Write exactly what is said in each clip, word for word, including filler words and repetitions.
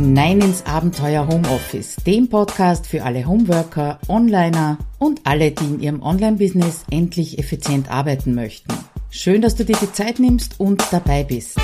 hinein ins Abenteuer Homeoffice, dem Podcast für alle Homeworker, Onliner und alle, die in ihrem Online-Business endlich effizient arbeiten möchten. Schön, dass du dir die Zeit nimmst und dabei bist.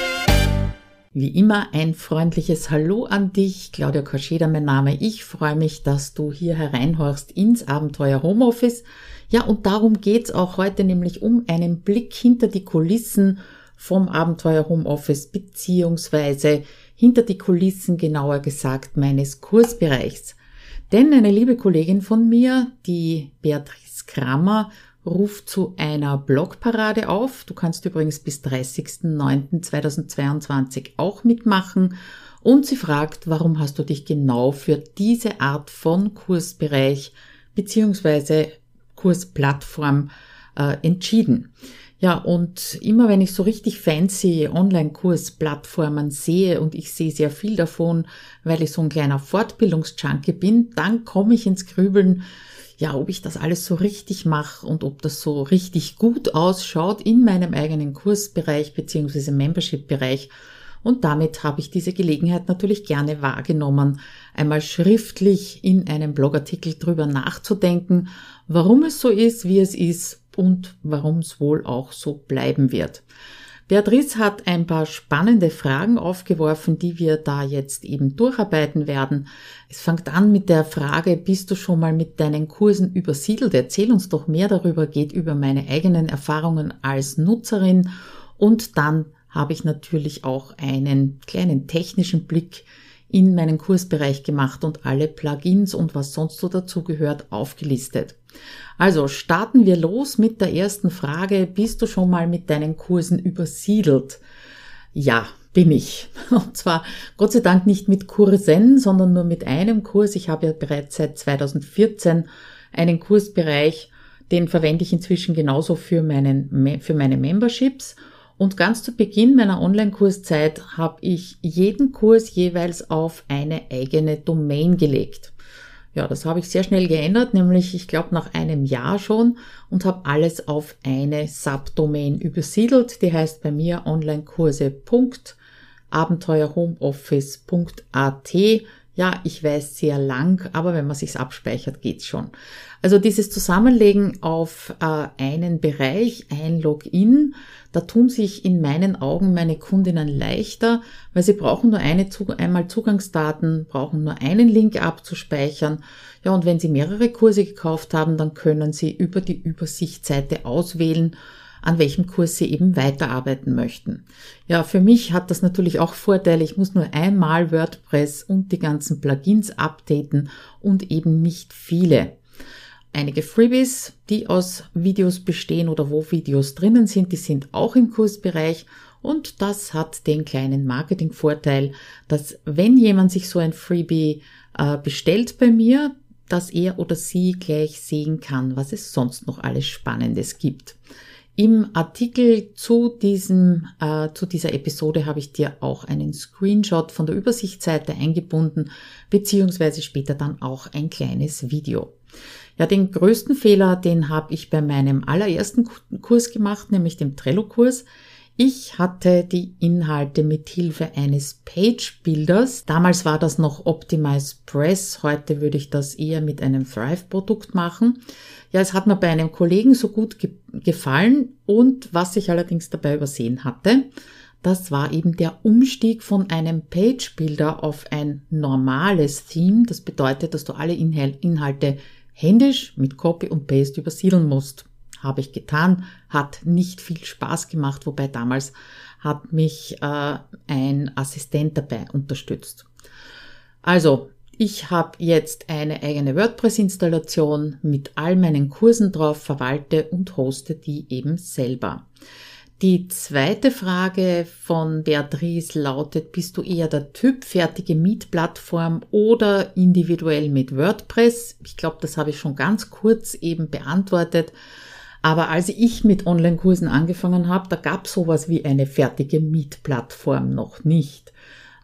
Wie immer ein freundliches Hallo an dich, Claudia Korscheder mein Name. Ich freue mich, dass du hier hereinhorchst ins Abenteuer Homeoffice. Ja, und darum geht's auch heute, nämlich um einen Blick hinter die Kulissen vom Abenteuer Homeoffice beziehungsweise hinter die Kulissen, genauer gesagt, meines Kursbereichs. Denn eine liebe Kollegin von mir, die Beatrice Krammer, ruft zu einer Blogparade auf. Du kannst übrigens bis dreißigsten neunten zweitausendzweiundzwanzig auch mitmachen. Und sie fragt, warum hast du dich genau für diese Art von Kursbereich beziehungsweise Kursplattform äh, entschieden? Ja, und immer wenn ich so richtig fancy Online-Kursplattformen sehe, und ich sehe sehr viel davon, weil ich so ein kleiner Fortbildungsjunkie bin, dann komme ich ins Grübeln, ja, ob ich das alles so richtig mache und ob das so richtig gut ausschaut in meinem eigenen Kursbereich bzw. Membership-Bereich. Und damit habe ich diese Gelegenheit natürlich gerne wahrgenommen, einmal schriftlich in einem Blogartikel drüber nachzudenken, warum es so ist, wie es ist und warum es wohl auch so bleiben wird. Beatrice hat ein paar spannende Fragen aufgeworfen, die wir da jetzt eben durcharbeiten werden. Es fängt an mit der Frage, bist du schon mal mit deinen Kursen übersiedelt? Erzähl uns doch mehr darüber, geht über meine eigenen Erfahrungen als Nutzerin. Und dann habe ich natürlich auch einen kleinen technischen Blick in meinen Kursbereich gemacht und alle Plugins und was sonst so dazugehört aufgelistet. Also starten wir los mit der ersten Frage. Bist du schon mal mit deinen Kursen übersiedelt? Ja, bin ich. Und zwar Gott sei Dank nicht mit Kursen, sondern nur mit einem Kurs. Ich habe ja bereits seit zweitausendvierzehn einen Kursbereich, den verwende ich inzwischen genauso für meinen, für meine Memberships. Und ganz zu Beginn meiner Online-Kurszeit habe ich jeden Kurs jeweils auf eine eigene Domain gelegt. Ja, das habe ich sehr schnell geändert, nämlich ich glaube nach einem Jahr schon, und habe alles auf eine Subdomain übersiedelt. Die heißt bei mir onlinekurse punkt abenteuerhomeoffice punkt a t. Ja, ich weiß, sehr lang, aber wenn man sich's abspeichert, geht's schon. Also dieses Zusammenlegen auf äh, einen Bereich, ein Login, da tun sich in meinen Augen meine Kundinnen leichter, weil sie brauchen nur eine, einmal Zugangsdaten, brauchen nur einen Link abzuspeichern. Ja, und wenn sie mehrere Kurse gekauft haben, dann können sie über die Übersichtsseite auswählen, an welchem Kurs sie eben weiterarbeiten möchten. Ja, für mich hat das natürlich auch Vorteile. Ich muss nur einmal WordPress und die ganzen Plugins updaten und eben nicht viele. Einige Freebies, die aus Videos bestehen oder wo Videos drinnen sind, die sind auch im Kursbereich. Und das hat den kleinen Marketingvorteil, dass wenn jemand sich so ein Freebie äh, bestellt bei mir, dass er oder sie gleich sehen kann, was es sonst noch alles Spannendes gibt. Im Artikel zu diesem, äh, zu dieser Episode habe ich dir auch einen Screenshot von der Übersichtsseite eingebunden, beziehungsweise später dann auch ein kleines Video. Ja, den größten Fehler, den habe ich bei meinem allerersten Kurs gemacht, nämlich dem Trello-Kurs. Ich hatte die Inhalte mit Hilfe eines Page-Builders. Damals war das noch OptimizePress. Heute würde ich das eher mit einem Thrive-Produkt machen. Ja, es hat mir bei einem Kollegen so gut ge- gefallen. Und was ich allerdings dabei übersehen hatte, das war eben der Umstieg von einem Page-Builder auf ein normales Theme. Das bedeutet, dass du alle Inhal- Inhalte händisch mit Copy und Paste übersiedeln musst. Habe ich getan, hat nicht viel Spaß gemacht, wobei damals hat mich äh, ein Assistent dabei unterstützt. Also, ich habe jetzt eine eigene WordPress-Installation mit all meinen Kursen drauf, verwalte und hoste die eben selber. Die zweite Frage von Beatrice lautet, bist du eher der Typ fertige Mietplattform oder individuell mit WordPress? Ich glaube, das habe ich schon ganz kurz eben beantwortet. Aber als ich mit Online-Kursen angefangen habe, da gab es sowas wie eine fertige Mietplattform noch nicht.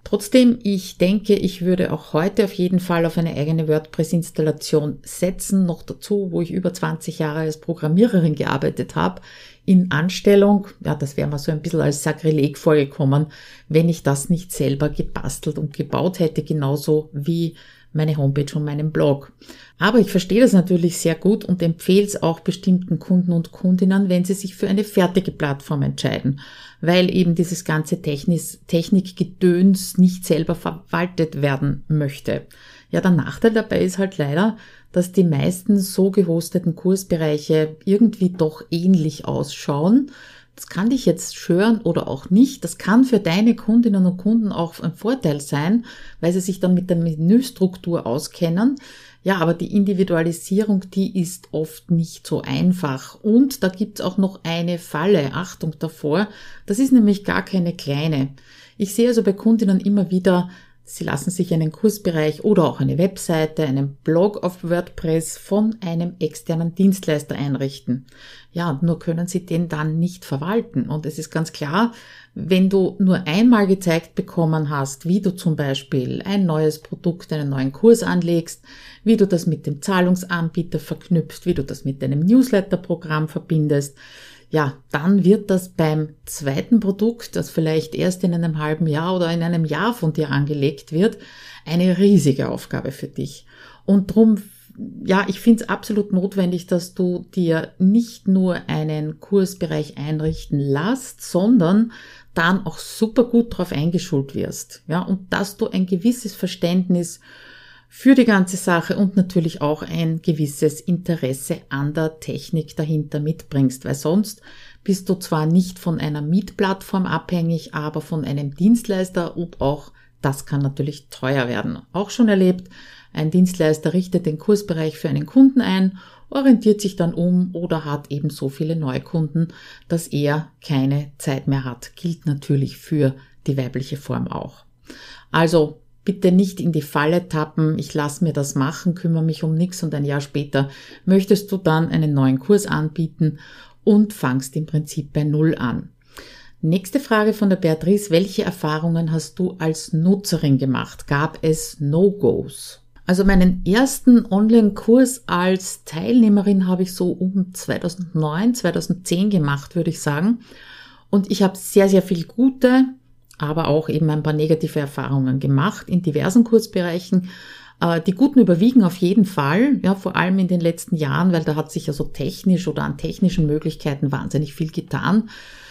Trotzdem, ich denke, ich würde auch heute auf jeden Fall auf eine eigene WordPress-Installation setzen. Noch dazu, wo ich über zwanzig Jahre als Programmiererin gearbeitet habe, in Anstellung. Ja, das wäre mir so ein bisschen als Sakrileg vorgekommen, wenn ich das nicht selber gebastelt und gebaut hätte, genauso wie meine Homepage und meinen Blog. Aber ich verstehe das natürlich sehr gut und empfehle es auch bestimmten Kunden und Kundinnen, wenn sie sich für eine fertige Plattform entscheiden, weil eben dieses ganze Technik, Technikgedöns nicht selber verwaltet werden möchte. Ja, der Nachteil dabei ist halt leider, dass die meisten so gehosteten Kursbereiche irgendwie doch ähnlich ausschauen. Das kann dich jetzt stören oder auch nicht. Das kann für deine Kundinnen und Kunden auch ein Vorteil sein, weil sie sich dann mit der Menüstruktur auskennen. Ja, aber die Individualisierung, die ist oft nicht so einfach. Und da gibt's auch noch eine Falle. Achtung davor. Das ist nämlich gar keine kleine. Ich sehe also bei Kundinnen immer wieder, sie lassen sich einen Kursbereich oder auch eine Webseite, einen Blog auf WordPress von einem externen Dienstleister einrichten. Ja, nur können sie den dann nicht verwalten. Und es ist ganz klar, wenn du nur einmal gezeigt bekommen hast, wie du zum Beispiel ein neues Produkt, einen neuen Kurs anlegst, wie du das mit dem Zahlungsanbieter verknüpfst, wie du das mit deinem Newsletter-Programm verbindest, ja, dann wird das beim zweiten Produkt, das vielleicht erst in einem halben Jahr oder in einem Jahr von dir angelegt wird, eine riesige Aufgabe für dich. Und drum, ja, ich finde es absolut notwendig, dass du dir nicht nur einen Kursbereich einrichten lässt, sondern dann auch super gut drauf eingeschult wirst. Ja, und dass du ein gewisses Verständnis für die ganze Sache und natürlich auch ein gewisses Interesse an der Technik dahinter mitbringst, weil sonst bist du zwar nicht von einer Mietplattform abhängig, aber von einem Dienstleister und auch das kann natürlich teuer werden. Auch schon erlebt, ein Dienstleister richtet den Kursbereich für einen Kunden ein, orientiert sich dann um oder hat eben so viele Neukunden, dass er keine Zeit mehr hat. Gilt natürlich für die weibliche Form auch. Also bitte nicht in die Falle tappen, ich lasse mir das machen, kümmere mich um nichts und ein Jahr später möchtest du dann einen neuen Kurs anbieten und fangst im Prinzip bei Null an. Nächste Frage von der Beatrice, welche Erfahrungen hast du als Nutzerin gemacht? Gab es No-Gos? Also meinen ersten Online-Kurs als Teilnehmerin habe ich so um zweitausendneun, zweitausendzehn gemacht, würde ich sagen. Und ich habe sehr, sehr viel gute, aber auch eben ein paar negative Erfahrungen gemacht in diversen Kursbereichen. Die guten überwiegen auf jeden Fall, ja, vor allem in den letzten Jahren, weil da hat sich ja so technisch oder an technischen Möglichkeiten wahnsinnig viel getan.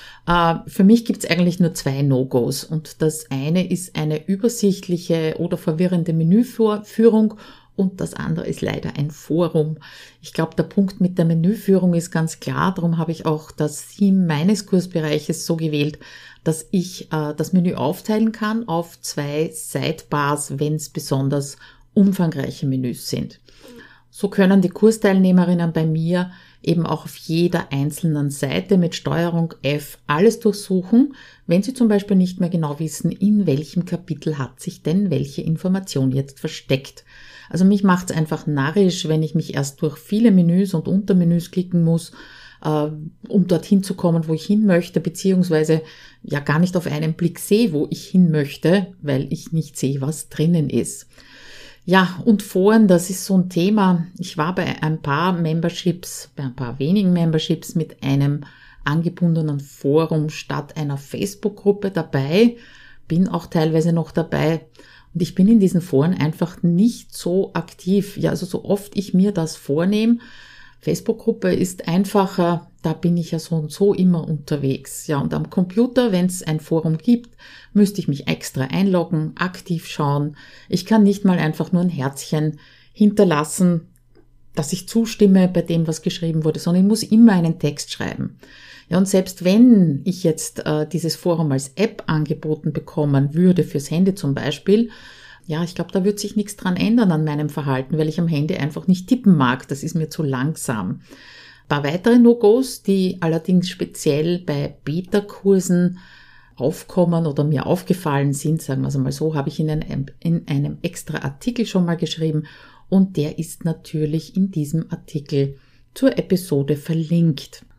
Für mich gibt es eigentlich nur zwei No-Gos und das eine ist eine übersichtliche oder verwirrende Menüführung und das andere ist leider ein Forum. Ich glaube, der Punkt mit der Menüführung ist ganz klar, darum habe ich auch das Theme meines Kursbereiches so gewählt, dass ich äh, das Menü aufteilen kann auf zwei Sidebars, wenn es besonders umfangreiche Menüs sind. So können die Kursteilnehmerinnen bei mir eben auch auf jeder einzelnen Seite mit Steuerung F alles durchsuchen, wenn sie zum Beispiel nicht mehr genau wissen, in welchem Kapitel hat sich denn welche Information jetzt versteckt. Also mich macht es einfach narrisch, wenn ich mich erst durch viele Menüs und Untermenüs klicken muss, äh, um dorthin zu kommen, wo ich hin möchte, beziehungsweise ja gar nicht auf einen Blick sehe, wo ich hin möchte, weil ich nicht sehe, was drinnen ist. Ja, und Foren, das ist so ein Thema. Ich war bei ein paar Memberships, bei ein paar wenigen Memberships mit einem angebundenen Forum statt einer Facebook-Gruppe dabei, bin auch teilweise noch dabei und ich bin in diesen Foren einfach nicht so aktiv. Ja, also so oft ich mir das vornehme, Facebook-Gruppe ist einfacher, da bin ich ja so und so immer unterwegs. Ja, und am Computer, wenn es ein Forum gibt, müsste ich mich extra einloggen, aktiv schauen. Ich kann nicht mal einfach nur ein Herzchen hinterlassen, dass ich zustimme bei dem, was geschrieben wurde, sondern ich muss immer einen Text schreiben. Ja, und selbst wenn ich jetzt äh, dieses Forum als App angeboten bekommen würde, fürs Handy zum Beispiel, ja, ich glaube, da wird sich nichts dran ändern an meinem Verhalten, weil ich am Handy einfach nicht tippen mag. Das ist mir zu langsam. Ein paar weitere No-Gos, die allerdings speziell bei Beta-Kursen aufkommen oder mir aufgefallen sind, sagen wir es mal so, habe ich in einem, in einem extra Artikel schon mal geschrieben und der ist natürlich in diesem Artikel zur Episode verlinkt.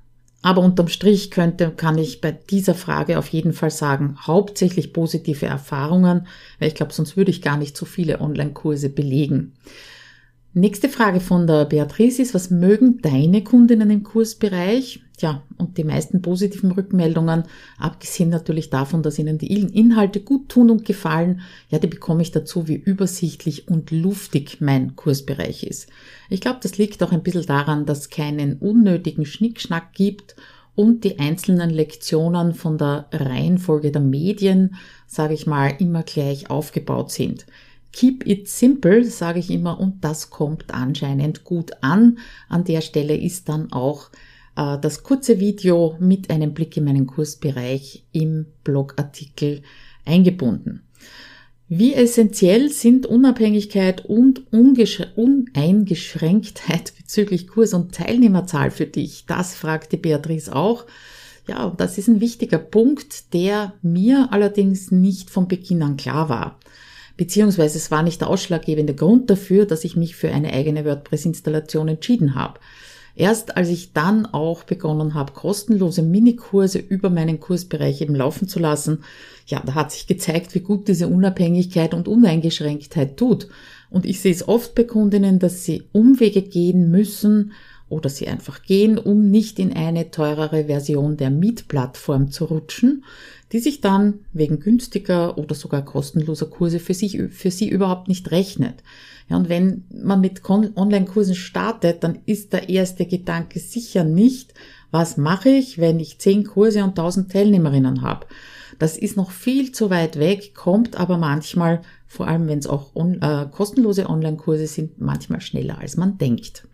Aber unterm Strich könnte, kann ich bei dieser Frage auf jeden Fall sagen, hauptsächlich positive Erfahrungen, weil ich glaube, sonst würde ich gar nicht so viele Online-Kurse belegen. Nächste Frage von der Beatrice ist, was mögen deine Kundinnen im Kursbereich? Ja, und die meisten positiven Rückmeldungen, abgesehen natürlich davon, dass ihnen die Inhalte gut tun und gefallen, ja, die bekomme ich dazu, wie übersichtlich und luftig mein Kursbereich ist. Ich glaube, das liegt auch ein bisschen daran, dass es keinen unnötigen Schnickschnack gibt und die einzelnen Lektionen von der Reihenfolge der Medien, sage ich mal, immer gleich aufgebaut sind. Keep it simple, sage ich immer, und das kommt anscheinend gut an. An der Stelle ist dann auch äh, das kurze Video mit einem Blick in meinen Kursbereich im Blogartikel eingebunden. Wie essentiell sind Unabhängigkeit und Ungesch- Uneingeschränktheit bezüglich Kurs- und Teilnehmerzahl für dich? Das fragte Beatrice auch. Ja, und das ist ein wichtiger Punkt, der mir allerdings nicht von Beginn an klar war. Beziehungsweise es war nicht der ausschlaggebende Grund dafür, dass ich mich für eine eigene WordPress-Installation entschieden habe. Erst als ich dann auch begonnen habe, kostenlose Minikurse über meinen Kursbereich eben laufen zu lassen, ja, da hat sich gezeigt, wie gut diese Unabhängigkeit und Uneingeschränktheit tut. Und ich sehe es oft bei Kundinnen, dass sie Umwege gehen müssen oder sie einfach gehen, um nicht in eine teurere Version der Mietplattform zu rutschen, die sich dann wegen günstiger oder sogar kostenloser Kurse für sich, für sie überhaupt nicht rechnet. Ja, und wenn man mit Online-Kursen startet, dann ist der erste Gedanke sicher nicht, was mache ich, wenn ich zehn Kurse und tausend Teilnehmerinnen habe. Das ist noch viel zu weit weg, kommt aber manchmal, vor allem wenn es auch on, äh, kostenlose Online-Kurse sind, manchmal schneller als man denkt.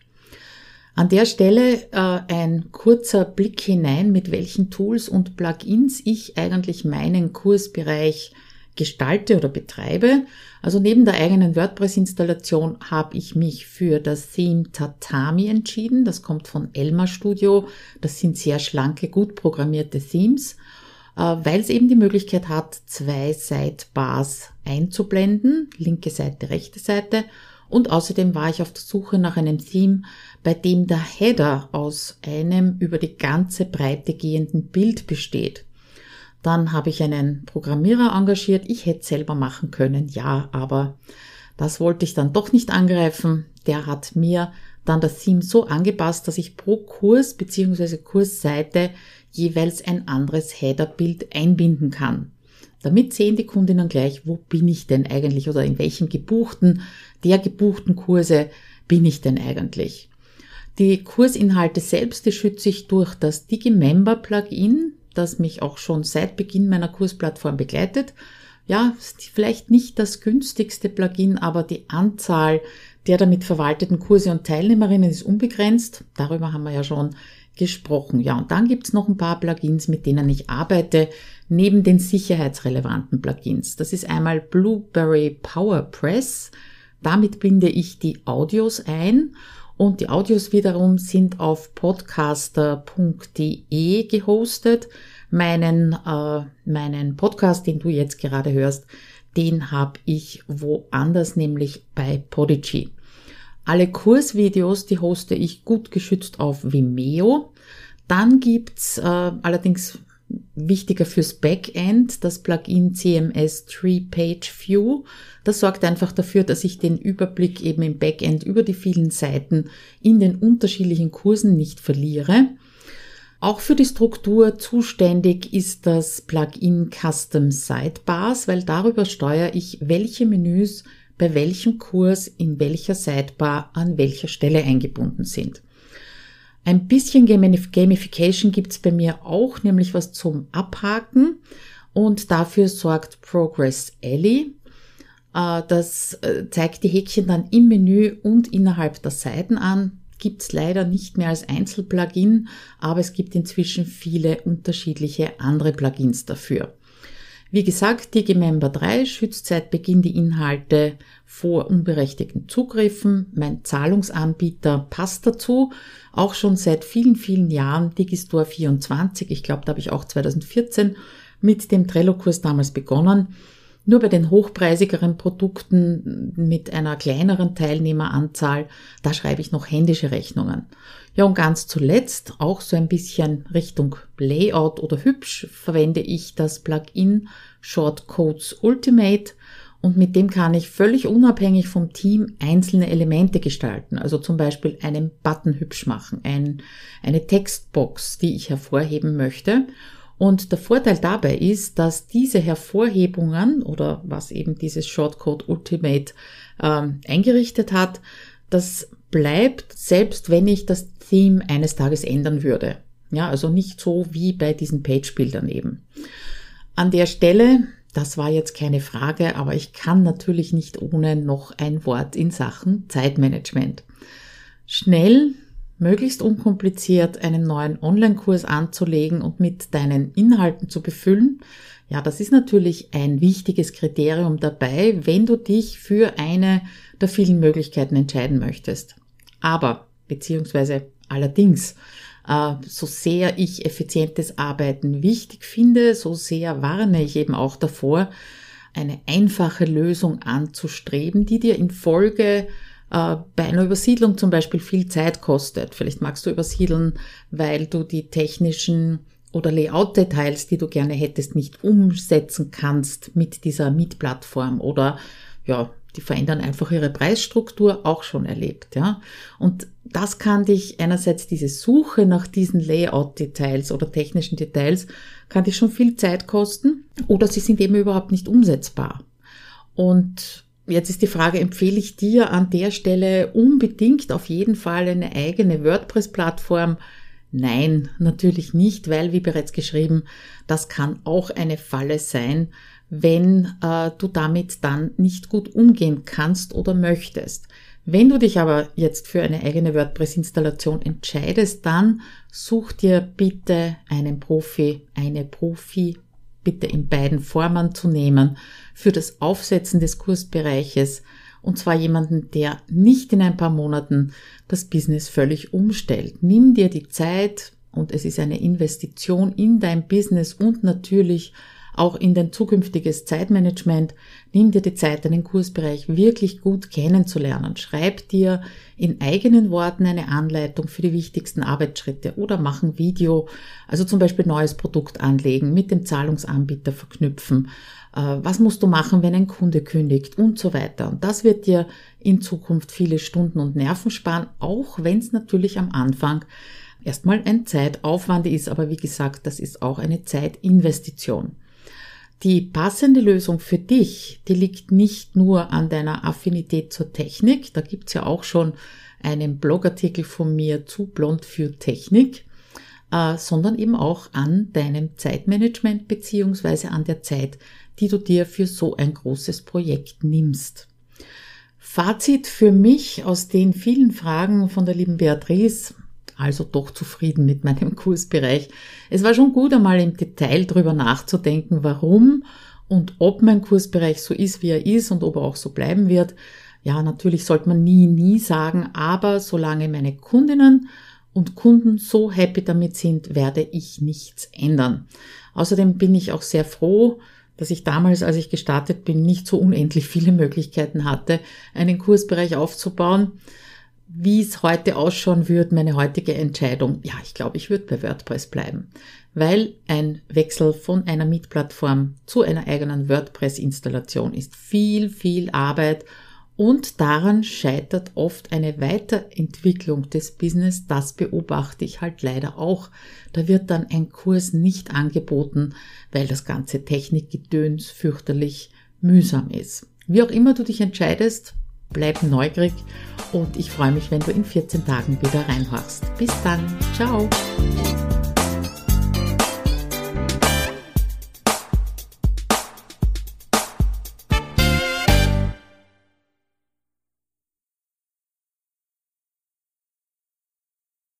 An der Stelle äh, ein kurzer Blick hinein, mit welchen Tools und Plugins ich eigentlich meinen Kursbereich gestalte oder betreibe. Also neben der eigenen WordPress-Installation habe ich mich für das Theme Tatami entschieden. Das kommt von Elma Studio. Das sind sehr schlanke, gut programmierte Themes, äh, weil es eben die Möglichkeit hat, zwei Sidebars einzublenden, linke Seite, rechte Seite. Und außerdem war ich auf der Suche nach einem Theme, bei dem der Header aus einem über die ganze Breite gehenden Bild besteht. Dann habe ich einen Programmierer engagiert. Ich hätte es selber machen können, ja, aber das wollte ich dann doch nicht angreifen. Der hat mir dann das Theme so angepasst, dass ich pro Kurs bzw. Kursseite jeweils ein anderes Header-Bild einbinden kann. Damit sehen die Kundinnen gleich, wo bin ich denn eigentlich oder in welchen gebuchten, der gebuchten Kurse bin ich denn eigentlich. Die Kursinhalte selbst, die schütze ich durch das Digimember-Plugin, das mich auch schon seit Beginn meiner Kursplattform begleitet. Ja, ist vielleicht nicht das günstigste Plugin, aber die Anzahl der damit verwalteten Kurse und Teilnehmerinnen ist unbegrenzt. Darüber haben wir ja schon gesprochen. Ja, und dann gibt's noch ein paar Plugins, mit denen ich arbeite, neben den sicherheitsrelevanten Plugins. Das ist einmal Blueberry PowerPress. Damit binde ich die Audios ein und die Audios wiederum sind auf podcaster punkt de gehostet. Meinen, äh, meinen Podcast, den du jetzt gerade hörst, den habe ich woanders, nämlich bei Podigy. Alle Kursvideos, die hoste ich gut geschützt auf Vimeo. Dann gibt's äh, allerdings wichtiger fürs Backend das Plugin C M S Tree Page View. Das sorgt einfach dafür, dass ich den Überblick eben im Backend über die vielen Seiten in den unterschiedlichen Kursen nicht verliere. Auch für die Struktur zuständig ist das Plugin Custom Sidebars, weil darüber steuere ich, welche Menüs bei welchem Kurs in welcher Sidebar an welcher Stelle eingebunden sind. Ein bisschen Gamification gibt's bei mir auch, nämlich was zum Abhaken, und dafür sorgt Progress Alley. Das zeigt die Häkchen dann im Menü und innerhalb der Seiten an. Gibt's leider nicht mehr als Einzelplugin, aber es gibt inzwischen viele unterschiedliche andere Plugins dafür. Wie gesagt, Digimember drei schützt seit Beginn die Inhalte vor unberechtigten Zugriffen. Mein Zahlungsanbieter passt dazu, auch schon seit vielen, vielen Jahren, Digistore vierundzwanzig. Ich glaube, da habe ich auch zwanzig vierzehn mit dem Trello-Kurs damals begonnen. Nur bei den hochpreisigeren Produkten mit einer kleineren Teilnehmeranzahl, da schreibe ich noch händische Rechnungen. Ja, und ganz zuletzt, auch so ein bisschen Richtung Layout oder hübsch, verwende ich das Plugin Shortcodes Ultimate. Und mit dem kann ich völlig unabhängig vom Team einzelne Elemente gestalten. Also zum Beispiel einen Button hübsch machen, ein, eine Textbox, die ich hervorheben möchte. Und der Vorteil dabei ist, dass diese Hervorhebungen oder was eben dieses Shortcode Ultimate ähm, eingerichtet hat, das bleibt, selbst wenn ich das Theme eines Tages ändern würde. Ja, also nicht so wie bei diesen Page-Bildern eben. An der Stelle, das war jetzt keine Frage, aber ich kann natürlich nicht ohne noch ein Wort in Sachen Zeitmanagement. Schnell, möglichst unkompliziert einen neuen Online-Kurs anzulegen und mit deinen Inhalten zu befüllen, ja, das ist natürlich ein wichtiges Kriterium dabei, wenn du dich für eine der vielen Möglichkeiten entscheiden möchtest. Aber, beziehungsweise allerdings, äh, so sehr ich effizientes Arbeiten wichtig finde, so sehr warne ich eben auch davor, eine einfache Lösung anzustreben, die dir in Folge äh, bei einer Übersiedlung zum Beispiel viel Zeit kostet. Vielleicht magst du übersiedeln, weil du die technischen oder Layout-Details, die du gerne hättest, nicht umsetzen kannst mit dieser Mietplattform oder ja, die verändern einfach ihre Preisstruktur, auch schon erlebt, ja. Und das kann dich einerseits diese Suche nach diesen Layout-Details oder technischen Details, kann dich schon viel Zeit kosten oder sie sind eben überhaupt nicht umsetzbar. Und jetzt ist die Frage, empfehle ich dir an der Stelle unbedingt auf jeden Fall eine eigene WordPress-Plattform? Nein, natürlich nicht, weil, wie bereits geschrieben, das kann auch eine Falle sein, wenn äh, du damit dann nicht gut umgehen kannst oder möchtest. Wenn du dich aber jetzt für eine eigene WordPress-Installation entscheidest, dann such dir bitte einen Profi, eine Profi, bitte in beiden Formen zu nehmen, für das Aufsetzen des Kursbereiches, und zwar jemanden, der nicht in ein paar Monaten das Business völlig umstellt. Nimm dir die Zeit, und es ist eine Investition in dein Business und natürlich auch in dein zukünftiges Zeitmanagement. Nimm dir die Zeit, deinen Kursbereich wirklich gut kennenzulernen. Schreib dir in eigenen Worten eine Anleitung für die wichtigsten Arbeitsschritte oder mach ein Video, also zum Beispiel neues Produkt anlegen, mit dem Zahlungsanbieter verknüpfen. Was musst du machen, wenn ein Kunde kündigt und so weiter. Und das wird dir in Zukunft viele Stunden und Nerven sparen, auch wenn es natürlich am Anfang erstmal ein Zeitaufwand ist. Aber wie gesagt, das ist auch eine Zeitinvestition. Die passende Lösung für dich, die liegt nicht nur an deiner Affinität zur Technik, da gibt's ja auch schon einen Blogartikel von mir zu Blond für Technik, äh, sondern eben auch an deinem Zeitmanagement beziehungsweise an der Zeit, die du dir für so ein großes Projekt nimmst. Fazit für mich aus den vielen Fragen von der lieben Beatrice: Also doch zufrieden mit meinem Kursbereich. Es war schon gut, einmal im Detail drüber nachzudenken, warum und ob mein Kursbereich so ist, wie er ist und ob er auch so bleiben wird. Ja, natürlich sollte man nie, nie sagen, aber solange meine Kundinnen und Kunden so happy damit sind, werde ich nichts ändern. Außerdem bin ich auch sehr froh, dass ich damals, als ich gestartet bin, nicht so unendlich viele Möglichkeiten hatte, einen Kursbereich aufzubauen. Wie es heute ausschauen wird, meine heutige Entscheidung, ja, ich glaube, ich würde bei WordPress bleiben, weil ein Wechsel von einer Mietplattform zu einer eigenen WordPress-Installation ist viel, viel Arbeit und daran scheitert oft eine Weiterentwicklung des Business. Das beobachte ich halt leider auch. Da wird dann ein Kurs nicht angeboten, weil das ganze Technikgedöns fürchterlich mühsam ist. Wie auch immer du dich entscheidest, bleib neugierig und ich freue mich, wenn du in vierzehn Tagen wieder reinhörst. Bis dann. Ciao.